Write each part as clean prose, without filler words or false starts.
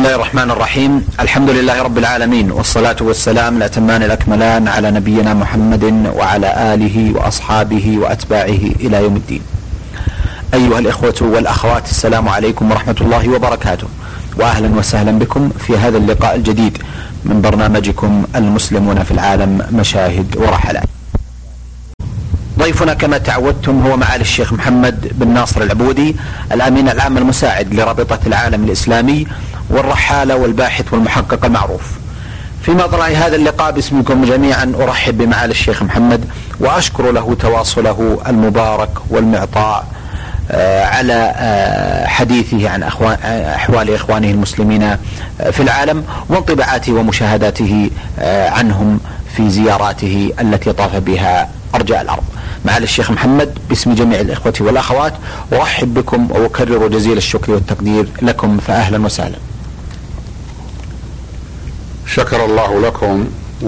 الله الرحمن الرحيم. الحمد لله رب العالمين، والصلاة والسلام الأتمان الأكملان على نبينا محمد وعلى آله وأصحابه وأتباعه إلى يوم الدين. أيها الإخوة والأخوات، السلام عليكم ورحمة الله وبركاته، وأهلا وسهلا بكم في هذا اللقاء الجديد من برنامجكم المسلمون في العالم مشاهد ورحلات. ضيفنا كما تعودتم هو معالي الشيخ محمد بن ناصر العبودي، الأمين العام المساعد لرابطة العالم الإسلامي، والرحالة والباحث والمحقق المعروف. في مطلع هذا اللقاء باسمكم جميعا أرحب بمعالي الشيخ محمد، وأشكر له تواصله المبارك والمعطاء على حديثه عن أحوال إخوانه المسلمين في العالم وانطباعاته ومشاهداته عنهم في زياراته التي طاف بها أرجاء الأرض. معالي الشيخ محمد، باسم جميع الإخوة والأخوات أرحب بكم وأكرر جزيل الشكر والتقدير لكم، فأهلا وسهلا. شكر الله لكم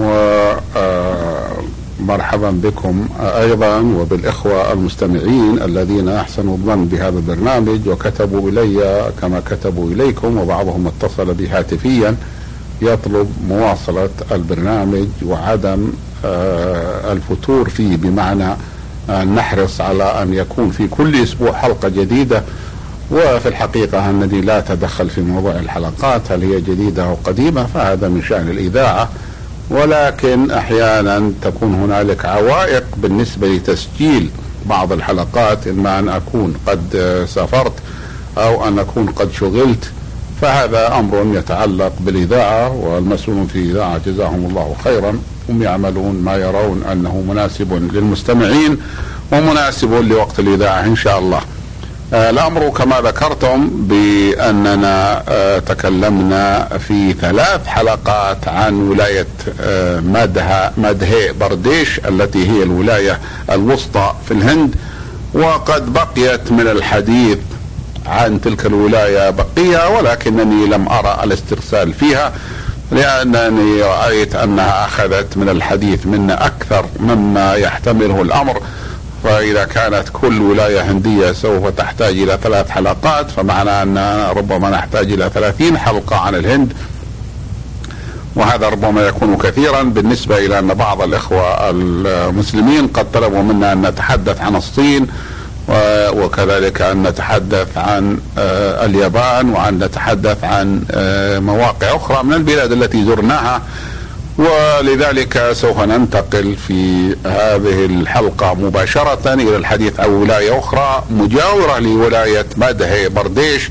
ومرحبا بكم أيضا وبالإخوة المستمعين الذين أحسنوا الظن بهذا البرنامج وكتبوا إلي كما كتبوا إليكم، وبعضهم اتصل بي هاتفيا يطلب مواصلة البرنامج وعدم الفتور فيه، بمعنى أن نحرص على أن يكون في كل أسبوع حلقة جديدة. وفي الحقيقة أنني لا أتدخل في موضوع الحلقات، هل هي جديدة أو قديمة، فهذا من شأن الإذاعة، ولكن أحيانا تكون هنالك عوائق بالنسبة لتسجيل بعض الحلقات، إما أن أكون قد سافرت أو أن أكون قد شغلت، فهذا أمر يتعلق بالإذاعة، والمسؤولون في الإذاعة جزاهم الله خيرا هم يعملون ما يرون أنه مناسب للمستمعين ومناسب لوقت الإذاعة إن شاء الله. الأمر كما ذكرتم بأننا تكلمنا في 3 حلقات عن ولاية مدهي برديش التي هي الولاية الوسطى في الهند، وقد بقيت من الحديث عن تلك الولاية بقية، ولكنني لم أرى الاسترسال فيها لأنني رأيت أنها أخذت من الحديث منا أكثر مما يحتمله الأمر. فإذا كانت كل ولاية هندية سوف تحتاج إلى 3 حلقات، فمعنى أننا ربما نحتاج إلى 30 حلقة عن الهند، وهذا ربما يكون كثيرا بالنسبة إلى أن بعض الإخوة المسلمين قد طلبوا منا أن نتحدث عن الصين، وكذلك أن نتحدث عن اليابان، وأن نتحدث عن مواقع أخرى من البلاد التي زرناها. ولذلك سوف ننتقل في هذه الحلقة مباشرة إلى الحديث عن ولاية أخرى مجاورة لولاية مدهي برديش،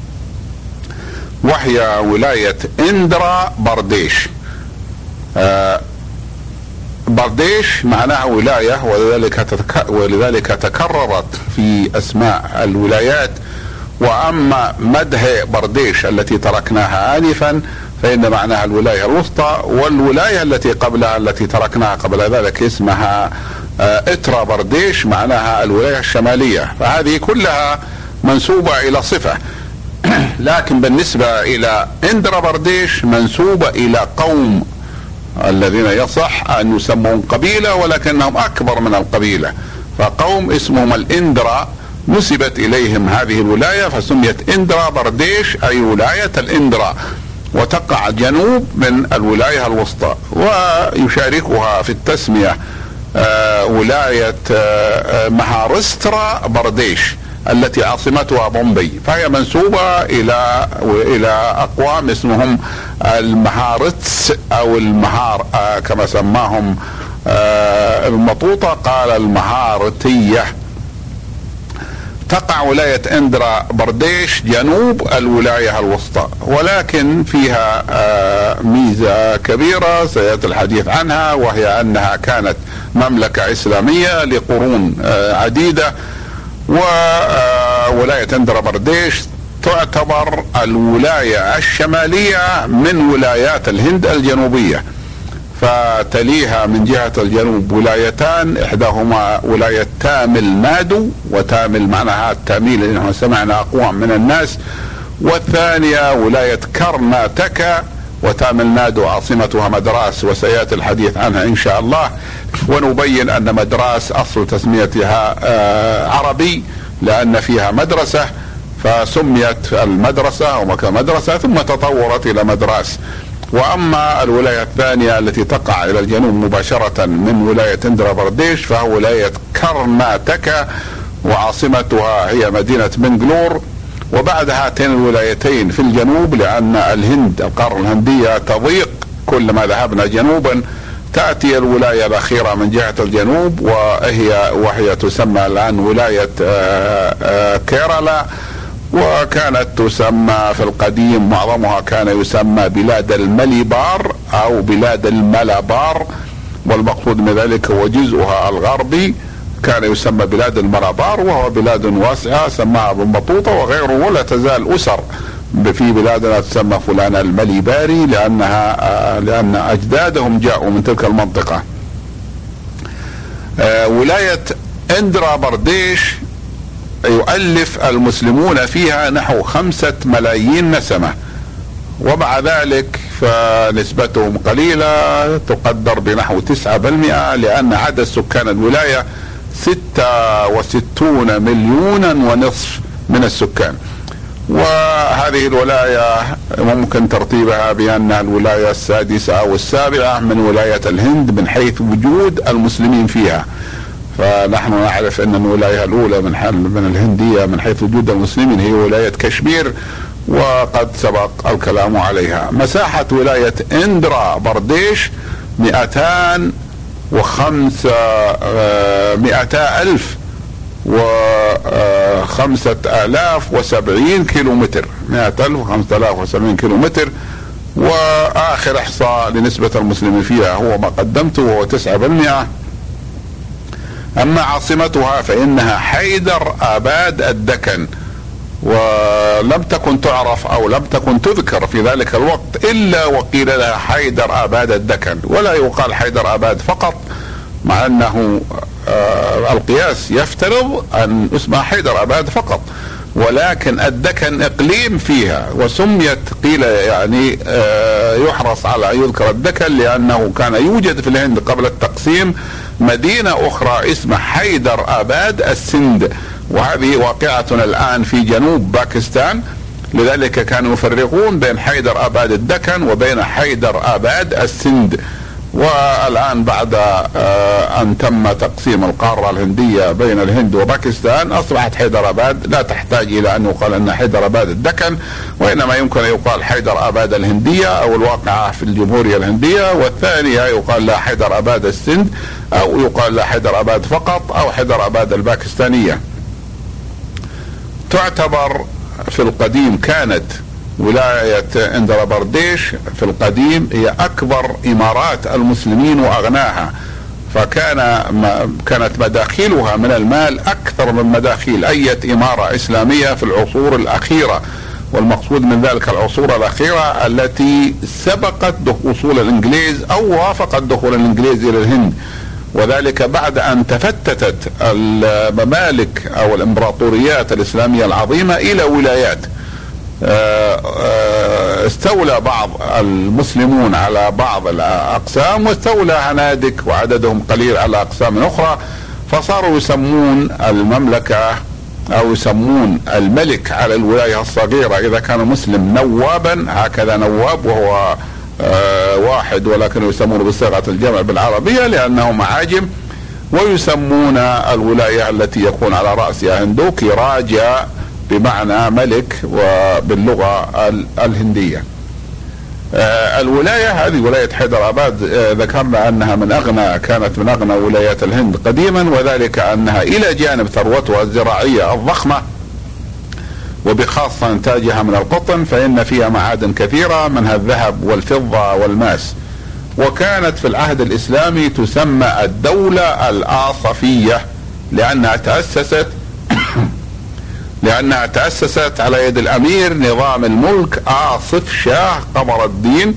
وهي ولاية إندرا برديش. برديش معناها ولاية، ولذلك تكررت في أسماء الولايات. وأما مدهي برديش التي تركناها آنفا فإن معناها الولاية الوسطى، والولاية التي قبلها التي تركناها قبل ذلك اسمها اترا برديش معناها الولاية الشمالية. فهذه كلها منسوبة إلى صفة، لكن بالنسبة إلى إندرا برديش منسوبة إلى قوم الذين يصح أن يسمون قبيلة ولكنهم أكبر من القبيلة، فقوم اسمهم الإندرا نسبت إليهم هذه الولاية فسميت إندرا برديش، أي ولاية الإندرا، وتقع جنوب من الولاية الوسطى. ويشاركها في التسمية ولاية مهارسترا برديش التي عاصمتها بومبي، فهي منسوبة إلى أقوام اسمهم المهارتس أو المهار كما سماهم المطوطة قال المهارتية. تقع ولاية إندرا برديش جنوب الولاية الوسطى، ولكن فيها ميزة كبيرة سيأتي الحديث عنها، وهي أنها كانت مملكة إسلامية لقرون عديدة. وولاية إندرا برديش تعتبر الولاية الشمالية من ولايات الهند الجنوبية، فتليها من جهة الجنوب ولايتان، إحداهما ولاية تامل نادو، وتامل معناها التاميل لأنه سمعنا أقوام من الناس، والثانية ولاية كرناتكا، وتامل نادو عاصمتها مدراس، وسيأتي الحديث عنها إن شاء الله. ونبين أن مدراس أصل تسميتها عربي لأن فيها مدرسة، فسميت المدرسة أو مكان مدرسة ثم تطورت إلى مدراس. وأما الولاية الثانية التي تقع إلى الجنوب مباشرة من ولاية اندرا برديش فهو ولاية كرناتكا، وعاصمتها هي مدينة بنغلور. وبعد هاتين الولايتين في الجنوب، لأن القارة الهندية تضيق كل ما ذهبنا جنوبا، تأتي الولاية الأخيرة من جهة الجنوب وهي تسمى الآن ولاية كيرالا، وكانت تسمى في القديم معظمها كان يسمى بلاد المليبار أو بلاد الملابار، والمقصود من ذلك هو جزءها الغربي كان يسمى بلاد الملابار، وهو بلاد واسعة سماها ابن بطوطة وغيره. ولا تزال أسر في بلادنا تسمى فلان المليباري لأن أجدادهم جاءوا من تلك المنطقة. ولاية اندرا برديش يؤلف المسلمون فيها نحو 5 ملايين نسمة، ومع ذلك فنسبتهم قليلة تقدر بنحو 9%، لأن عدد سكان الولاية 66 مليونا ونصف من السكان. وهذه الولاية ممكن ترتيبها بأنها الولاية السادسة أو السابعة من ولاية الهند من حيث وجود المسلمين فيها. فنحن نعرف أن الولاية الأولى من الهندية من حيث وجود المسلمين هي ولاية كشمير، وقد سبق الكلام عليها. مساحة ولاية اندرا برديش 200,070 كيلومتر، 200,070 كيلومتر. وآخر إحصاء لنسبة المسلمين فيها هو ما قدمته وهو 9%. أما عاصمتها فإنها حيدر آباد الدكن، ولم تكن تعرف أو لم تكن تذكر في ذلك الوقت إلا وقيل لها حيدر آباد الدكن، ولا يقال حيدر آباد فقط، مع أنه القياس يفترض أن اسمها حيدر آباد فقط، ولكن الدكن إقليم فيها، وسميت قيل يعني يحرص على أن يذكر الدكن لأنه كان يوجد في الهند قبل التقسيم مدينة أخرى اسمها حيدر آباد السند، وهذه واقعة الآن في جنوب باكستان. لذلك كانوا يفرقون بين حيدر آباد الدكن وبين حيدر آباد السند. والآن بعد أن تم تقسيم القارة الهندية بين الهند وباكستان أصبحت حيدر آباد لا تحتاج إلى أن يقال أنها حيدر آباد الدكن، وإنما يمكن أن يقال حيدر آباد الهندية أو الواقعة في الجمهورية الهندية، والثانية يقال لها حيدر آباد السند، أو يقال لها حيدر آباد فقط، أو حيدر آباد الباكستانية. تعتبر في القديم كانت ولاية اندرا برديش في القديم هي أكبر إمارات المسلمين وأغناها، كانت مداخيلها من المال أكثر من مداخيل أي إمارة إسلامية في العصور الأخيرة، والمقصود من ذلك العصور الأخيرة التي سبقت وصول الإنجليز أو وافقت دخول الإنجليز إلى الهند، وذلك بعد أن تفتتت الممالك أو الإمبراطوريات الإسلامية العظيمة إلى ولايات. استولى بعض المسلمون على بعض الأقسام، واستولى هنادك وعددهم قليل على أقسام أخرى، فصاروا يسمون المملكة أو يسمون الملك على الولاية الصغيرة إذا كان مسلم نوابا، هكذا نواب وهو واحد ولكن يسمونه بصيغة الجمع بالعربية لأنهم عاجم، ويسمون الولاية التي يكون على رأسها هندوكي راجا بمعنى ملك وباللغة الهندية. الولاية هذه ولاية حيدر آباد ذكرنا أنها كانت من أغنى ولايات الهند قديما، وذلك أنها إلى جانب ثروتها الزراعية الضخمة وبخاصة إنتاجها من القطن فإن فيها معادن كثيرة منها الذهب والفضة والماس. وكانت في العهد الإسلامي تسمى الدولة الآصفية لأنها تأسست على يد الأمير نظام الملك آصف شاه قمر الدين،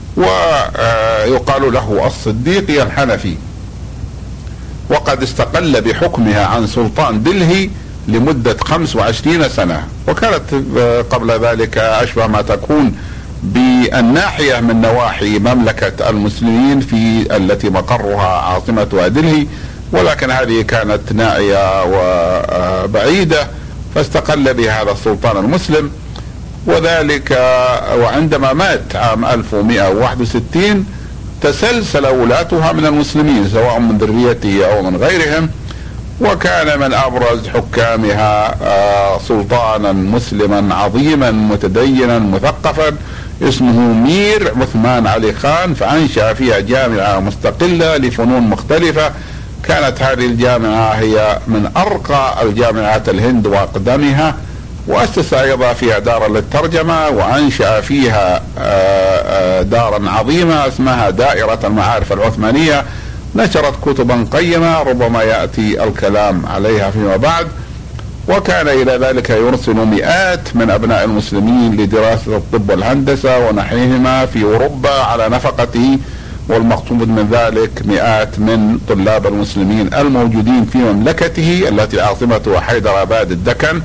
ويقال له الصديقي الحنفي، وقد استقل بحكمها عن سلطان دلهي لمدة 25 سنة، وكانت قبل ذلك أشبه ما تكون بالناحية من نواحي مملكة المسلمين التي مقرها عاصمتها دلهي، ولكن هذه كانت نائية وبعيدة، فاستقل بهذا السلطان المسلم. وذلك وعندما مات عام 1161 تسلسل ولاتها من المسلمين سواء من ذريته أو من غيرهم، وكان من أبرز حكامها سلطانا مسلما عظيما متدينا مثقفا اسمه مير عثمان علي خان، فأنشأ فيها جامعة مستقلة لفنون مختلفة. كانت هذه الجامعة هي من أرقى الجامعات الهند وأقدمها، وأسس أيضا فيها دارا للترجمة، وأنشأ فيها دارا عظيمة اسمها دائرة المعارف العثمانية، نشرت كتبا قيمة ربما يأتي الكلام عليها فيما بعد. وكان إلى ذلك يرسل مئات من أبناء المسلمين لدراسة الطب والهندسة ونحوهما في أوروبا على نفقته، والمقصود من ذلك مئات من طلاب المسلمين الموجودين في مملكته التي عاصمتها حيدراباد الدكن.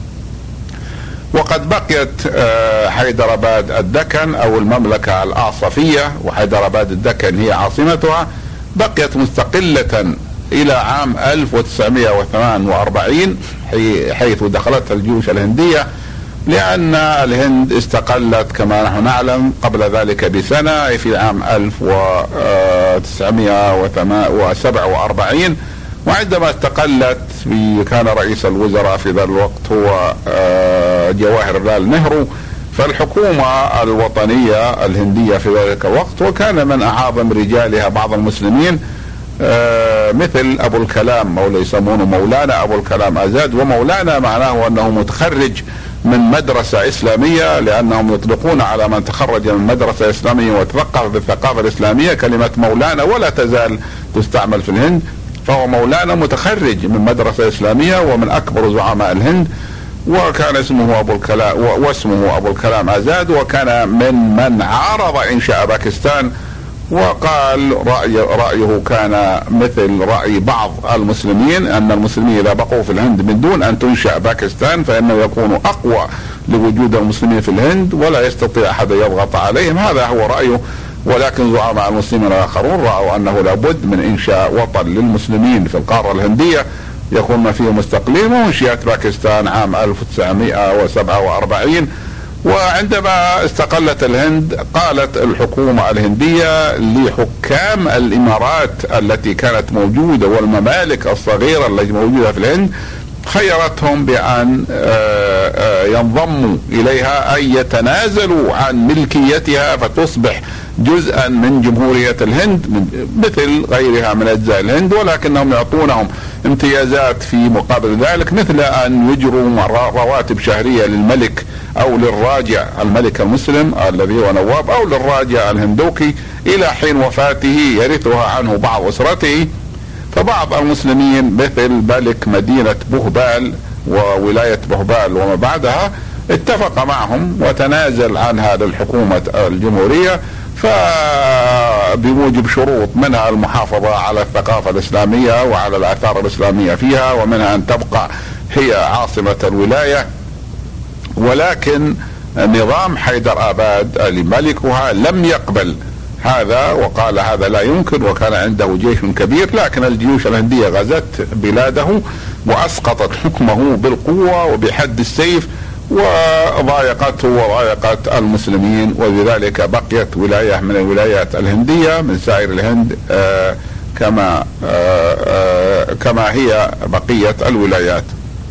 وقد بقيت حيدراباد الدكن أو المملكة الأعصفية، وحيدراباد الدكن هي عاصمتها، بقيت مستقلة إلى عام 1948 حيث دخلتها الجيوش الهندية، لأن الهند استقلت كما نحن نعلم قبل ذلك بسنة في عام 1947. وعندما استقلت كان رئيس الوزراء في ذا الوقت هو جواهر لال نهرو، فالحكومة الوطنية الهندية في ذلك الوقت وكان من أعظم رجالها بعض المسلمين مثل أبو الكلام مولى يسمونه مولانا أبو الكلام آزاد. ومولانا معناه أنه متخرج من مدرسة إسلامية، لأنهم يطلقون على من تخرج من مدرسة إسلامية وتثقف بالثقافة الإسلامية كلمة مولانا، ولا تزال تستعمل في الهند. فهو مولانا متخرج من مدرسة إسلامية ومن أكبر زعماء الهند، وكان اسمه أبو الكلام واسمه أبو الكلام آزاد، وكان من عارض إنشاء باكستان، وقال رأيه كان مثل رأي بعض المسلمين أن المسلمين إذا بقوا في الهند من دون أن تنشأ باكستان فإنه يكون أقوى لوجود المسلمين في الهند ولا يستطيع أحد يضغط عليهم. هذا هو رأيه. ولكن زعماء المسلمين الآخرون رأوا أنه لابد من إنشاء وطن للمسلمين في القارة الهندية يكون فيه مستقلين، وانشئت باكستان عام 1947. وعندما استقلت الهند قالت الحكومة الهندية لحكام الإمارات التي كانت موجودة والممالك الصغيرة التي موجودة في الهند، خيرتهم بأن ينضموا إليها أي يتنازلوا عن ملكيتها فتصبح جزءا من جمهورية الهند مثل غيرها من أجزاء الهند، ولكنهم يعطونهم امتيازات في مقابل ذلك، مثل أن يجروا رواتب شهرية للملك أو للراجع الملك المسلم الذي هو نواب، أو للراجع الهندوكي إلى حين وفاته يرثها عنه بعض أسرته. فبعض المسلمين مثل ملك مدينة بهبال وولاية بهبال وما بعدها اتفق معهم وتنازل عن هذه الحكومة الجمهورية فبموجب شروط، منها المحافظة على الثقافة الإسلامية وعلى الآثار الإسلامية فيها، ومنها أن تبقى هي عاصمة الولاية. ولكن نظام حيدر آباد ملكها لم يقبل هذا وقال هذا لا يمكن، وكان عنده جيش كبير، لكن الجيوش الهندية غزت بلاده وأسقطت حكمه بالقوة وبحد السيف وضايقته وضايقت المسلمين، وبذلك بقيت ولاية من الولايات الهندية من سائر الهند كما هي بقية الولايات.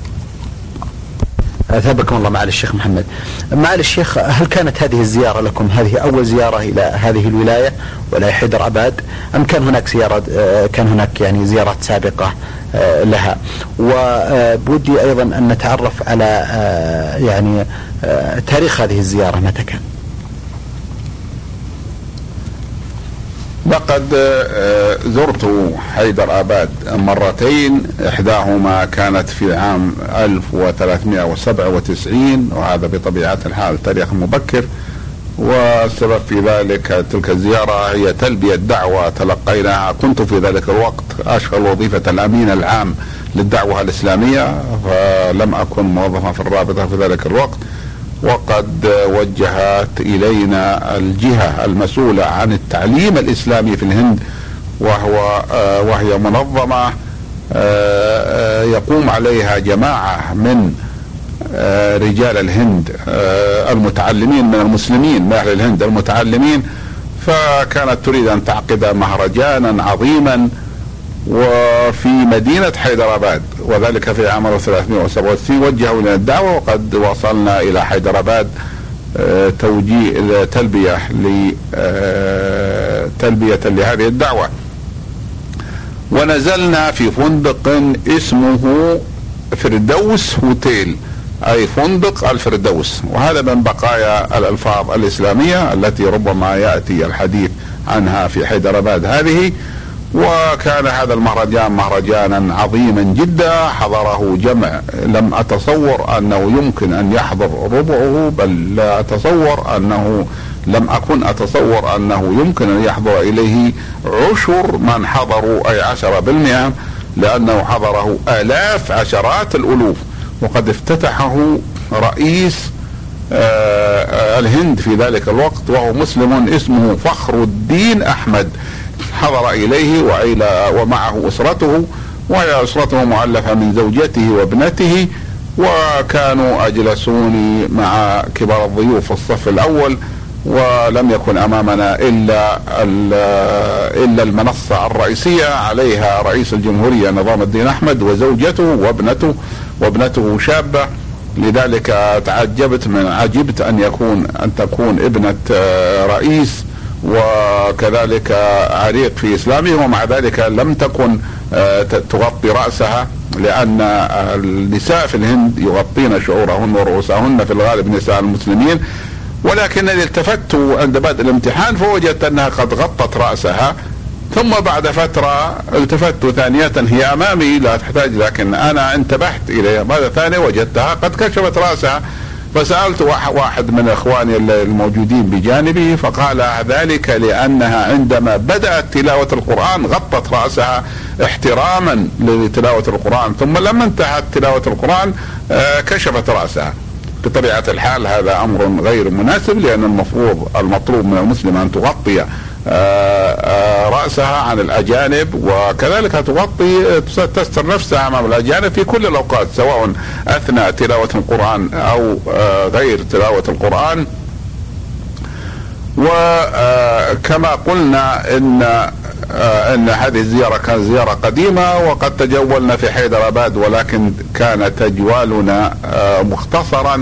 أثابكم الله معالي الشيخ محمد. معالي الشيخ، هل كانت هذه الزيارة لكم هذه أول زيارة إلى هذه الولاية ولاية حيدر آباد، أم كان هناك يعني زيارات سابقة لها؟ وبودي أيضا أن نتعرف على يعني تاريخ هذه الزيارة متى كان؟ لقد زرت حيدر آباد مرتين، إحداهما كانت في عام 1397 وهذا بطبيعة الحال تاريخ مبكر، والسبب في ذلك تلك الزيارة هي تلبية دعوة تلقيناها. كنت في ذلك الوقت أشغل وظيفة الأمين العام للدعوة الإسلامية، فلم أكن موظفا في الرابطة في ذلك الوقت، وقد وجهت إلينا الجهة المسؤولة عن التعليم الإسلامي في الهند، وهي منظمة يقوم عليها جماعة من رجال الهند المتعلمين من المسلمين من أهل الهند المتعلمين، فكانت تريد أن تعقد مهرجانا عظيما وفي مدينة حيدراباد، وذلك في عام 1367. وجهوا لنا الدعوة وقد وصلنا إلى حيدراباد تلبية لهذه الدعوة، ونزلنا في فندق اسمه فردوس هوتيل، أي فندق الفردوس، وهذا من بقايا الألفاظ الإسلامية التي ربما يأتي الحديث عنها في حيدراباد هذه. وكان هذا المهرجان مهرجانا عظيما جدا، حضره جمع لم أتصور أنه يمكن أن يحضر ربعه، بل لا أتصور أنه لم أكن أتصور أنه يمكن أن يحضر إليه عشر من حضروا، أي 10%، لأنه حضره آلاف عشرات الألوف. وقد افتتحه رئيس الهند في ذلك الوقت وهو مسلم اسمه فخر الدين أحمد، حضر إليه ومعه أسرته، وهي أسرته مؤلفة من زوجته وابنته، وكانوا أجلسوني مع كبار الضيوف في الصف الأول، ولم يكن أمامنا إلا المنصة الرئيسية عليها رئيس الجمهورية نظام الدين أحمد وزوجته وابنته شابة. لذلك عجبت أن تكون ابنة رئيس وكذلك عريق في إسلامه، ومع ذلك لم تكن تغطي رأسها، لأن النساء في الهند يغطين شعورهن ورؤوسهن في الغالب نساء المسلمين. ولكنني التفت عند بدء الامتحان فوجدت أنها قد غطت رأسها، ثم بعد فترة التفت ثانية هي أمامي لا تحتاج، لكن أنا انتبهت إليها مرة ثانية وجدتها قد كشفت رأسها. فسألت واحد من إخواني الموجودين بجانبي فقال ذلك لأنها عندما بدأت تلاوة القرآن غطت رأسها احتراما لتلاوة القرآن، ثم لما انتهت تلاوة القرآن كشفت رأسها. بطبيعة الحال هذا أمر غير مناسب، لأن المطلوب من المسلم أن تغطي رأسها عن الأجانب، وكذلك تستر نفسها أمام الأجانب في كل الأوقات، سواء أثناء تلاوة القرآن أو غير تلاوة القرآن. وكما قلنا إن هذه الزيارة كانت زيارة قديمة، وقد تجولنا في حيدراباد، ولكن كان تجوالنا مختصرا،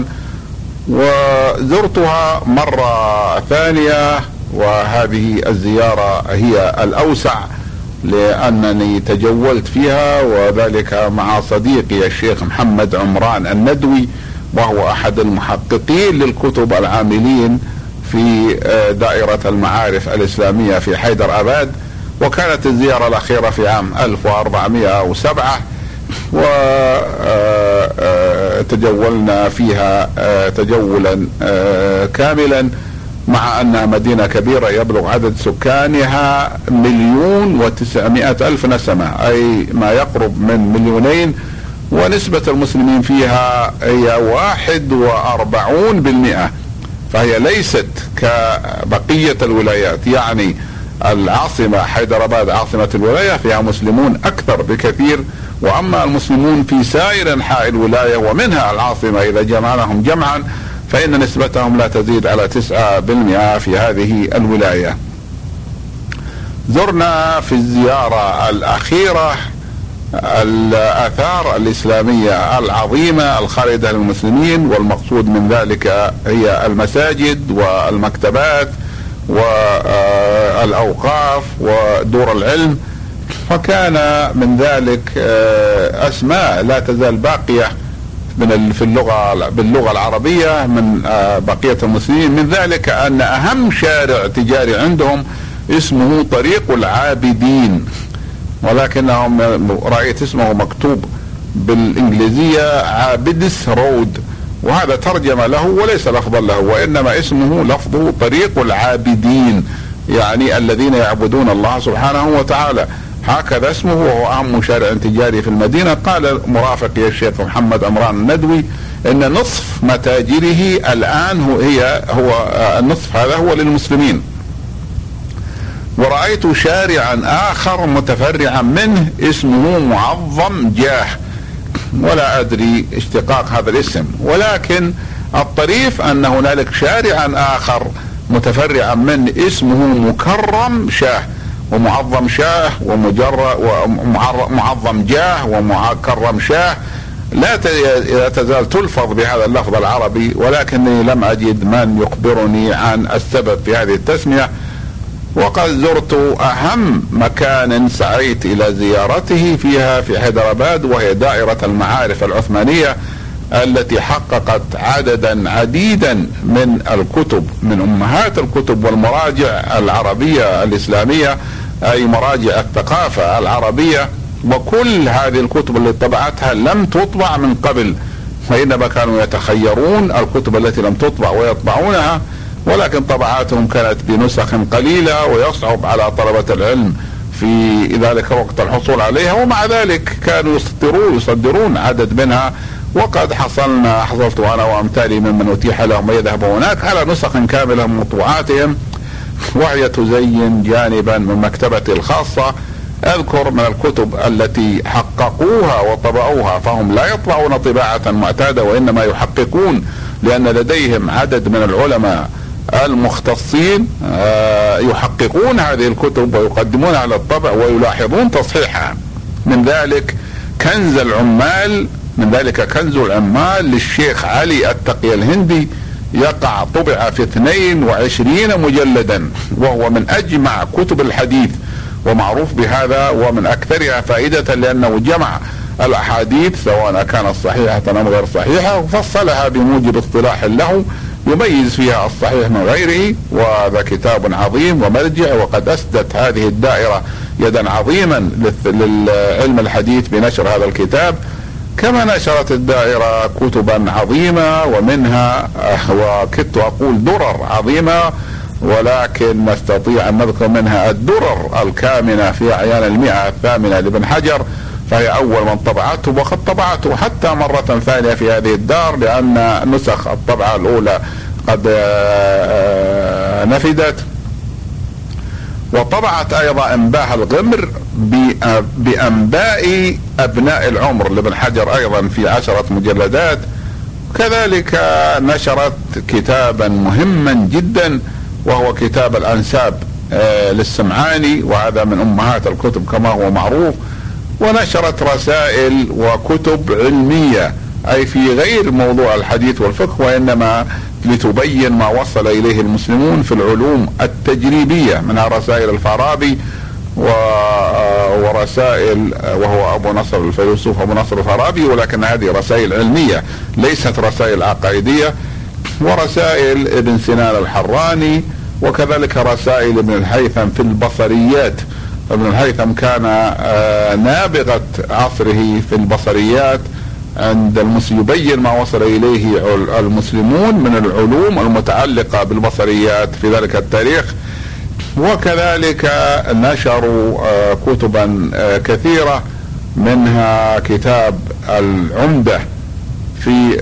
وزرتها مرة ثانية، وهذه الزيارة هي الأوسع لأنني تجولت فيها، وذلك مع صديقي الشيخ محمد عمران الندوي، وهو أحد المحققين للكتب العاملين في دائرة المعارف الإسلامية في حيدراباد. وكانت الزيارة الأخيرة في عام 1407، وتجولنا فيها تجولا كاملا، مع أنها مدينة كبيرة يبلغ عدد سكانها 1,900,000 نسمة، أي ما يقرب من 2,000,000، ونسبة المسلمين فيها هي 41%، فهي ليست كبقية الولايات. يعني العاصمة حيدراباد عاصمة الولاية فيها مسلمون أكثر بكثير، وأما المسلمون في سائر أنحاء الولاية ومنها العاصمة إذا جمعناهم جمعا فإن نسبتهم لا تزيد على 9% في هذه الولاية. زرنا في الزيارة الأخيرة الآثار الإسلامية العظيمة الخالدة للمسلمين، والمقصود من ذلك هي المساجد والمكتبات والأوقاف ودور العلم. فكان من ذلك أسماء لا تزال باقية باللغة العربية من بقية المسلمين، من ذلك أن أهم شارع تجاري عندهم اسمه طريق العابدين، ولكنهم رأيت اسمه مكتوب بالإنجليزية عابدس رود، وهذا ترجم له وليس لفظا له، وإنما اسمه لفظه طريق العابدين، يعني الذين يعبدون الله سبحانه وتعالى، هكذا اسمه، وهو أهم شارع تجاري في المدينة. قال مرافقي الشيخ محمد عمران الندوي إن نصف متاجره الآن هو النصف هذا هو للمسلمين. ورأيت شارعا آخر متفرعا منه اسمه معظم جاه، ولا أدري اشتقاق هذا الاسم، ولكن الطريف أن هنالك شارعا آخر متفرعا من اسمه مكرم شاه ومعظم شاه ومعظم جاه ومكرم شاه، لا تزال تلفظ بهذا اللفظ العربي، ولكني لم أجد من يخبرني عن السبب في هذه التسمية. وقد زرت أهم مكان سعيت إلى زيارته فيها في حيدراباد، وهي دائرة المعارف العثمانية التي حققت عددا عديدا من الكتب، من أمهات الكتب والمراجع العربية الإسلامية، أي مراجع الثقافة العربية. وكل هذه الكتب اللي طبعتها لم تطبع من قبل، وإنما كانوا يتخيرون الكتب التي لم تطبع ويطبعونها، ولكن طبعاتهم كانت بنسخ قليلة ويصعب على طلبة العلم في ذلك الوقت الحصول عليها، ومع ذلك كانوا يصدرون عدد منها. وقد حصلت أنا وأمثالي ممن أتيح لهم يذهب هناك على نسخ كاملة من مطبوعاتهم، وهي تزين جانبا من مكتبتي الخاصة. أذكر من الكتب التي حققوها وطبعوها، فهم لا يطبعون طباعة معتادة وإنما يحققون، لأن لديهم عدد من العلماء المختصين يحققون هذه الكتب ويقدمونها على الطبع ويلاحظون تصحيحها. من ذلك كنز العمال للشيخ علي التقي الهندي، يقع طبع في 22 مجلدا، وهو من أجمع كتب الحديث ومعروف بهذا، ومن أكثرها فائدة لأنه جمع الأحاديث سواء كانت صحيحة أو غير صحيحة، وفصلها بموجب اصطلاح له يميز فيها الصحيح من غيره. وهذا كتاب عظيم ومرجع، وقد أسدت هذه الدائرة يدا عظيما للعلم الحديث بنشر هذا الكتاب، كما نشرت الدائرة كتبا عظيمة، ومنها وكدت أقول درر عظيمة، ولكن نستطيع أن نذكر منها الدرر الكامنة في أعيان 100 الثامنة لابن حجر، فهي أول من طبعته، وقد طبعته حتى مرة ثانية في هذه الدار، لأن نسخ الطبعة الأولى قد نفدت. وطبعت أيضا أنباء الغمر بأنباء أبناء العمر لابن حجر أيضا في 10 مجلدات. كذلك نشرت كتابا مهما جدا وهو كتاب الأنساب للسمعاني، وهذا من أمهات الكتب كما هو معروف. ونشرت رسائل وكتب علمية، أي في غير موضوع الحديث والفقه، وإنما لتبين ما وصل إليه المسلمون في العلوم التجريبية، منها رسائل الفارابي ورسائل، وهو أبو نصر الفيلسوف أبو نصر الفارابي، ولكن هذه رسائل علمية ليست رسائل عقائدية. ورسائل ابن سنان الحراني، وكذلك رسائل ابن الهيثم في البصريات. ابن الهيثم كان نابغة عصره في البصريات، عند يبين ما وصل إليه المسلمون من العلوم المتعلقة بالبصريات في ذلك التاريخ. وكذلك نشروا كتبا كثيرة، منها كتاب العمدة في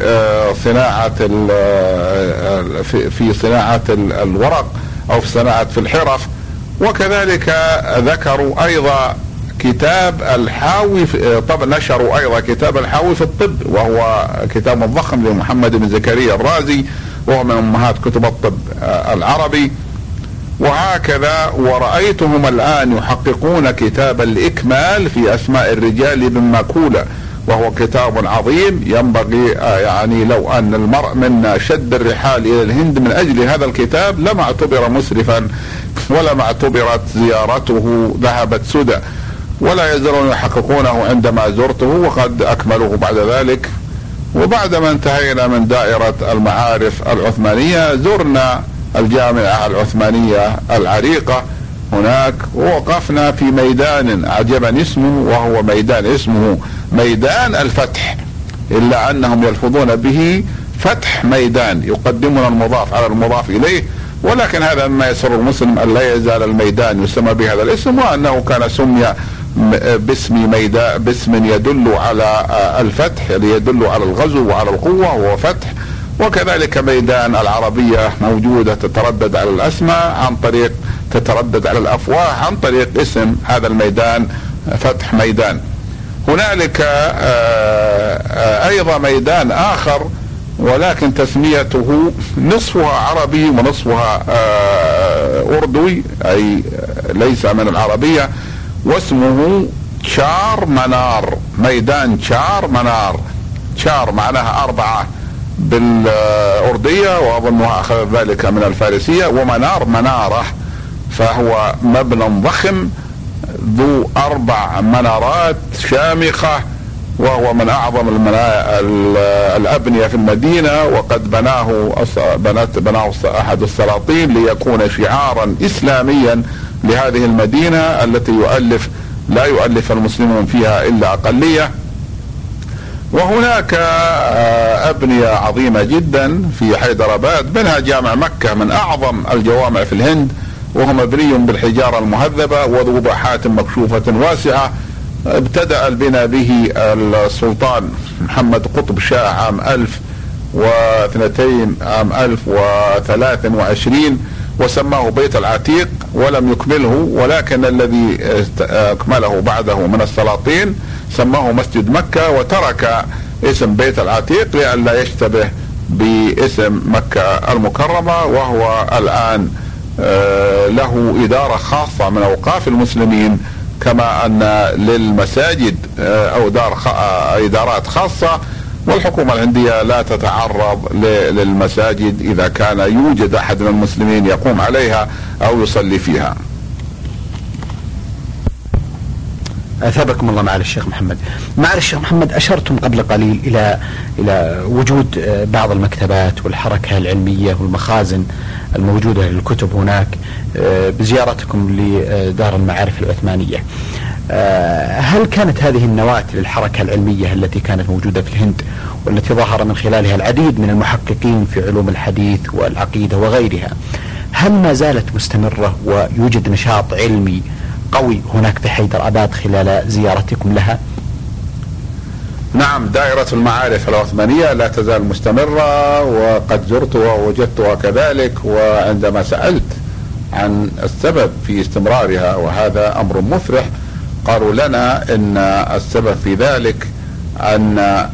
صناعة الورق، أو في الحرف. وكذلك ذكروا أيضا كتاب الحاوي نشروا أيضا كتاب الحاوي في الطب، وهو كتاب ضخم لمحمد بن زكريا الرازي، وهو من أمهات كتب الطب العربي. وهكذا ورأيتهم الآن يحققون كتاب الإكمال في أسماء الرجال بن ماكولة، وهو كتاب عظيم ينبغي يعني لو أن المرء منا شد الرحال إلى الهند من أجل هذا الكتاب لما اعتبر مسرفا، ولما اعتبرت زيارته ذهبت سدى، ولا يزالون يحققونه عندما زرته، وقد أكملوه بعد ذلك. وبعدما انتهينا من دائرة المعارف العثمانية زرنا الجامعة العثمانية العريقة هناك، ووقفنا في ميدان عجبا اسمه، وهو ميدان اسمه ميدان الفتح، إلا أنهم يلفظون به فتح ميدان، يقدمون المضاف على المضاف إليه، ولكن هذا مما يسر المسلم أن لا يزال الميدان يسمى بهذا الاسم، وأنه كان سمي باسم يدل على الفتح، يدل على الغزو وعلى القوة، وهو فتح. وكذلك ميدان العربية موجودة تتردد على الأسماء تتردد على الأفواه عن طريق اسم هذا الميدان فتح ميدان. هنالك ايضا ميدان اخر ولكن تسميته نصفها عربي ونصفها اردوي، اي ليس من العربية، واسمه شار منار، ميدان شار منار. شار معناها 4 بالاردية، واظنها اخذ ذلك من الفارسية، ومنار منارة، فهو مبنى ضخم ذو 4 منارات شامخة، وهو من اعظم الابنية في المدينة، وقد بناه احد السلاطين ليكون شعارا اسلاميا لهذه المدينة التي لا يؤلف المسلمون فيها الا اقلية. وهناك ابنية عظيمة جدا في حيدراباد، منها جامع مكة من اعظم الجوامع في الهند، وهو مبني بالحجارة المهذبة وذو باحات مكشوفة واسعة. ابتدأ البناء به السلطان محمد قطب شاه عام 1023 وسماه بيت العتيق ولم يكمله، ولكن الذي اكمله بعده من السلاطين سماه مسجد مكة، وترك اسم بيت العتيق لئلا يشتبه باسم مكة المكرمة. وهو الآن له إدارة خاصة من أوقاف المسلمين، كما أن للمساجد أو إدارات خاصة، والحكومة الهندية لا تتعرض للمساجد إذا كان يوجد أحد من المسلمين يقوم عليها أو يصلي فيها. أثابكم الله معالي الشيخ محمد. معالي الشيخ محمد، أشرتم قبل قليل إلى وجود بعض المكتبات والحركة العلمية والمخازن الموجودة للكتب هناك بزيارتكم لدار المعارف العثمانية. هل كانت هذه النواة للحركة العلمية التي كانت موجودة في الهند والتي ظهر من خلالها العديد من المحققين في علوم الحديث والعقيدة وغيرها، هل ما زالت مستمرة ويوجد نشاط علمي قوي هناك في حيدراباد خلال زيارتكم لها؟ نعم، دائرة المعارف العثمانية لا تزال مستمرة، وقد زرتها ووجدتها كذلك. وعندما سألت عن السبب في استمرارها، وهذا أمر مفرح، قالوا لنا إن السبب في ذلك أن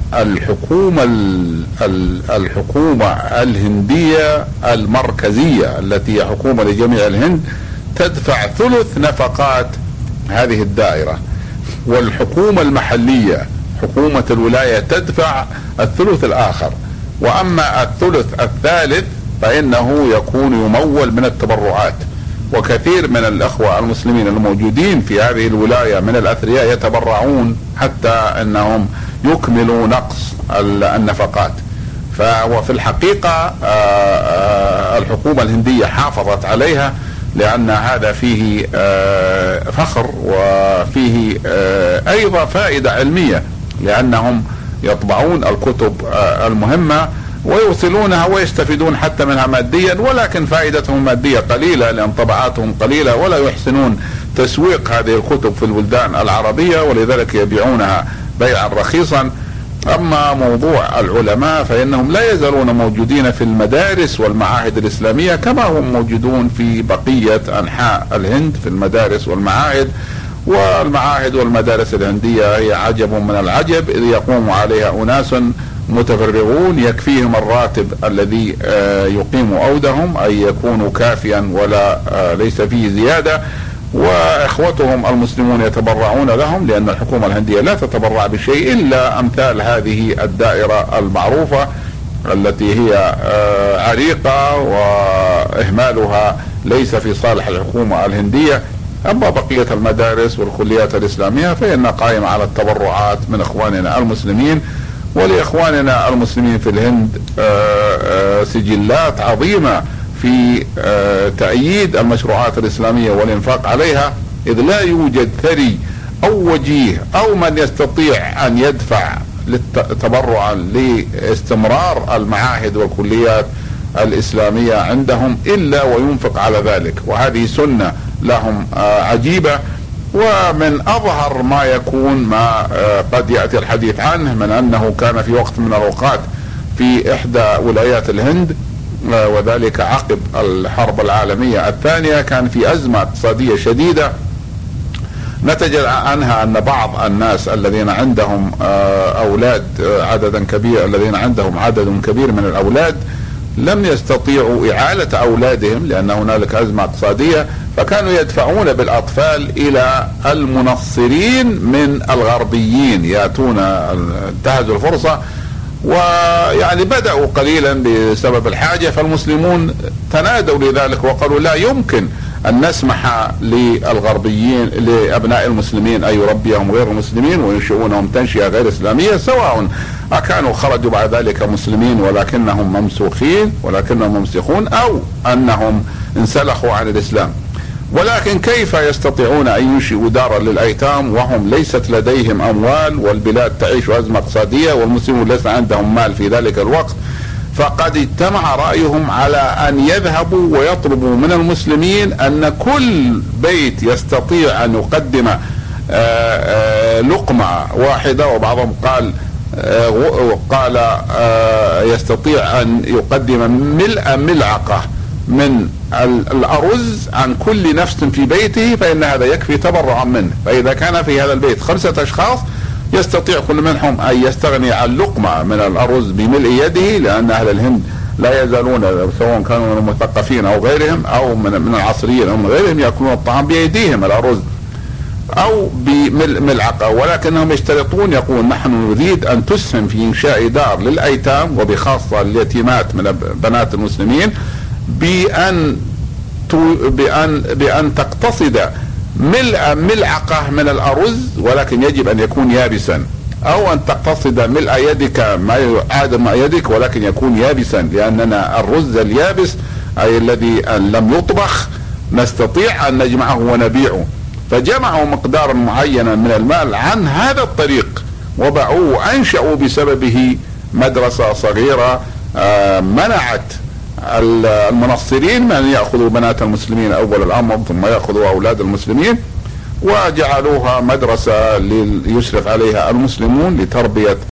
الحكومة الهندية المركزية التي هي حكومة لجميع الهند تدفع ثلث نفقات هذه الدائرة، والحكومة المحلية حكومة الولاية تدفع الثلث الآخر، وأما الثلث الثالث فإنه يكون يمول من التبرعات. وكثير من الأخوة المسلمين الموجودين في هذه الولاية من الأثرياء يتبرعون حتى أنهم يكملوا نقص النفقات. فهو في الحقيقة الحكومة الهندية حافظت عليها، لأن هذا فيه فخر وفيه أيضا فائدة علمية، لأنهم يطبعون الكتب المهمة ويوصلونها ويستفيدون حتى منها ماديا، ولكن فائدتهم مادية قليلة لأن طبعاتهم قليلة، ولا يحسنون تسويق هذه الكتب في البلدان العربية، ولذلك يبيعونها بيعا رخيصا. أما موضوع العلماء فإنهم لا يزالون موجودين في المدارس والمعاهد الإسلامية كما هم موجودون في بقية أنحاء الهند في المدارس والمعاهد. والمعاهد والمدارس الهندية هي عجب من العجب، إذ يقوم عليها أناس متفرغون يكفيهم الراتب الذي يقيم أودهم، أي يكون كافيا ولا ليس فيه زيادة، واخوتهم المسلمون يتبرعون لهم، لان الحكومة الهندية لا تتبرع بشيء الا امثال هذه الدائرة المعروفة التي هي عريقة واهمالها ليس في صالح الحكومة الهندية. اما بقية المدارس والكليات الاسلامية فإن قائمة على التبرعات من اخواننا المسلمين. ولاخواننا المسلمين في الهند سجلات عظيمة في تأييد المشروعات الإسلامية والإنفاق عليها، إذ لا يوجد ثري أو وجيه أو من يستطيع أن يدفع تبرعا لاستمرار المعاهد والكليات الإسلامية عندهم إلا وينفق على ذلك، وهذه سنة لهم عجيبة. ومن أظهر ما يكون ما قد يأتي الحديث عنه من أنه كان في وقت من الأوقات في إحدى ولايات الهند، وذلك عقب الحرب العالمية الثانية، كان في أزمة اقتصادية شديدة نتج عنها أن بعض الناس الذين عندهم أولاد عددا كبير، الذين عندهم عدد كبير من الأولاد لم يستطيعوا إعالة أولادهم لأن هنالك أزمة اقتصادية، فكانوا يدفعون بالأطفال إلى المنصرين من الغربيين، يأتون انتهزوا الفرصة ويعني بدأوا قليلا بسبب الحاجة، فالمسلمون تنادوا لذلك وقالوا لا يمكن أن نسمح للغربيين لأبناء المسلمين أن يربيهم غير المسلمين وينشئونهم تنشئة غير إسلامية، سواء أكانوا خرجوا بعد ذلك مسلمين ولكنهم ممسخون أو أنهم انسلخوا عن الإسلام. ولكن كيف يستطيعون أن ينشئوا دارا للأيتام وهم ليست لديهم أموال والبلاد تعيش أزمة اقتصادية والمسلمون ليس عندهم مال في ذلك الوقت؟ فقد اجتمع رأيهم على أن يذهبوا ويطلبوا من المسلمين أن كل بيت يستطيع أن يقدم لقمة واحدة، وبعضهم قال يستطيع أن يقدم ملعقة من الأرز عن كل نفس في بيته، فإن هذا يكفي تبرعا منه. فإذا كان في هذا البيت 5 أشخاص يستطيع كل منهم أن يستغني عن لقمة من الأرز بملء يده، لأن أهل الهند لا يزالون سواء كانوا من المثقفين أو غيرهم أو من العصريين أو من غيرهم يأكلون الطعام بأيديهم الأرز أو بملعقة، ولكنهم يشترطون يقول نحن نريد أن تسهم في إنشاء دار للأيتام وبخاصة اليتيمات من بنات المسلمين بأن تقتصد ملء ملعقة من الأرز، ولكن يجب أن يكون يابسا، أو أن تقتصد ملء يدك ما يعادل مع يدك ولكن يكون يابسا، لأننا الرز اليابس أي الذي لم يطبخ نستطيع أن نجمعه ونبيعه. فجمعوا مقدارا معينا من المال عن هذا الطريق وباعوه وأنشأوا بسببه مدرسة صغيرة منعت المنصرين من يأخذوا بنات المسلمين أول الأمر ثم يأخذوا أولاد المسلمين، وجعلوها مدرسة ليشرف عليها المسلمون لتربية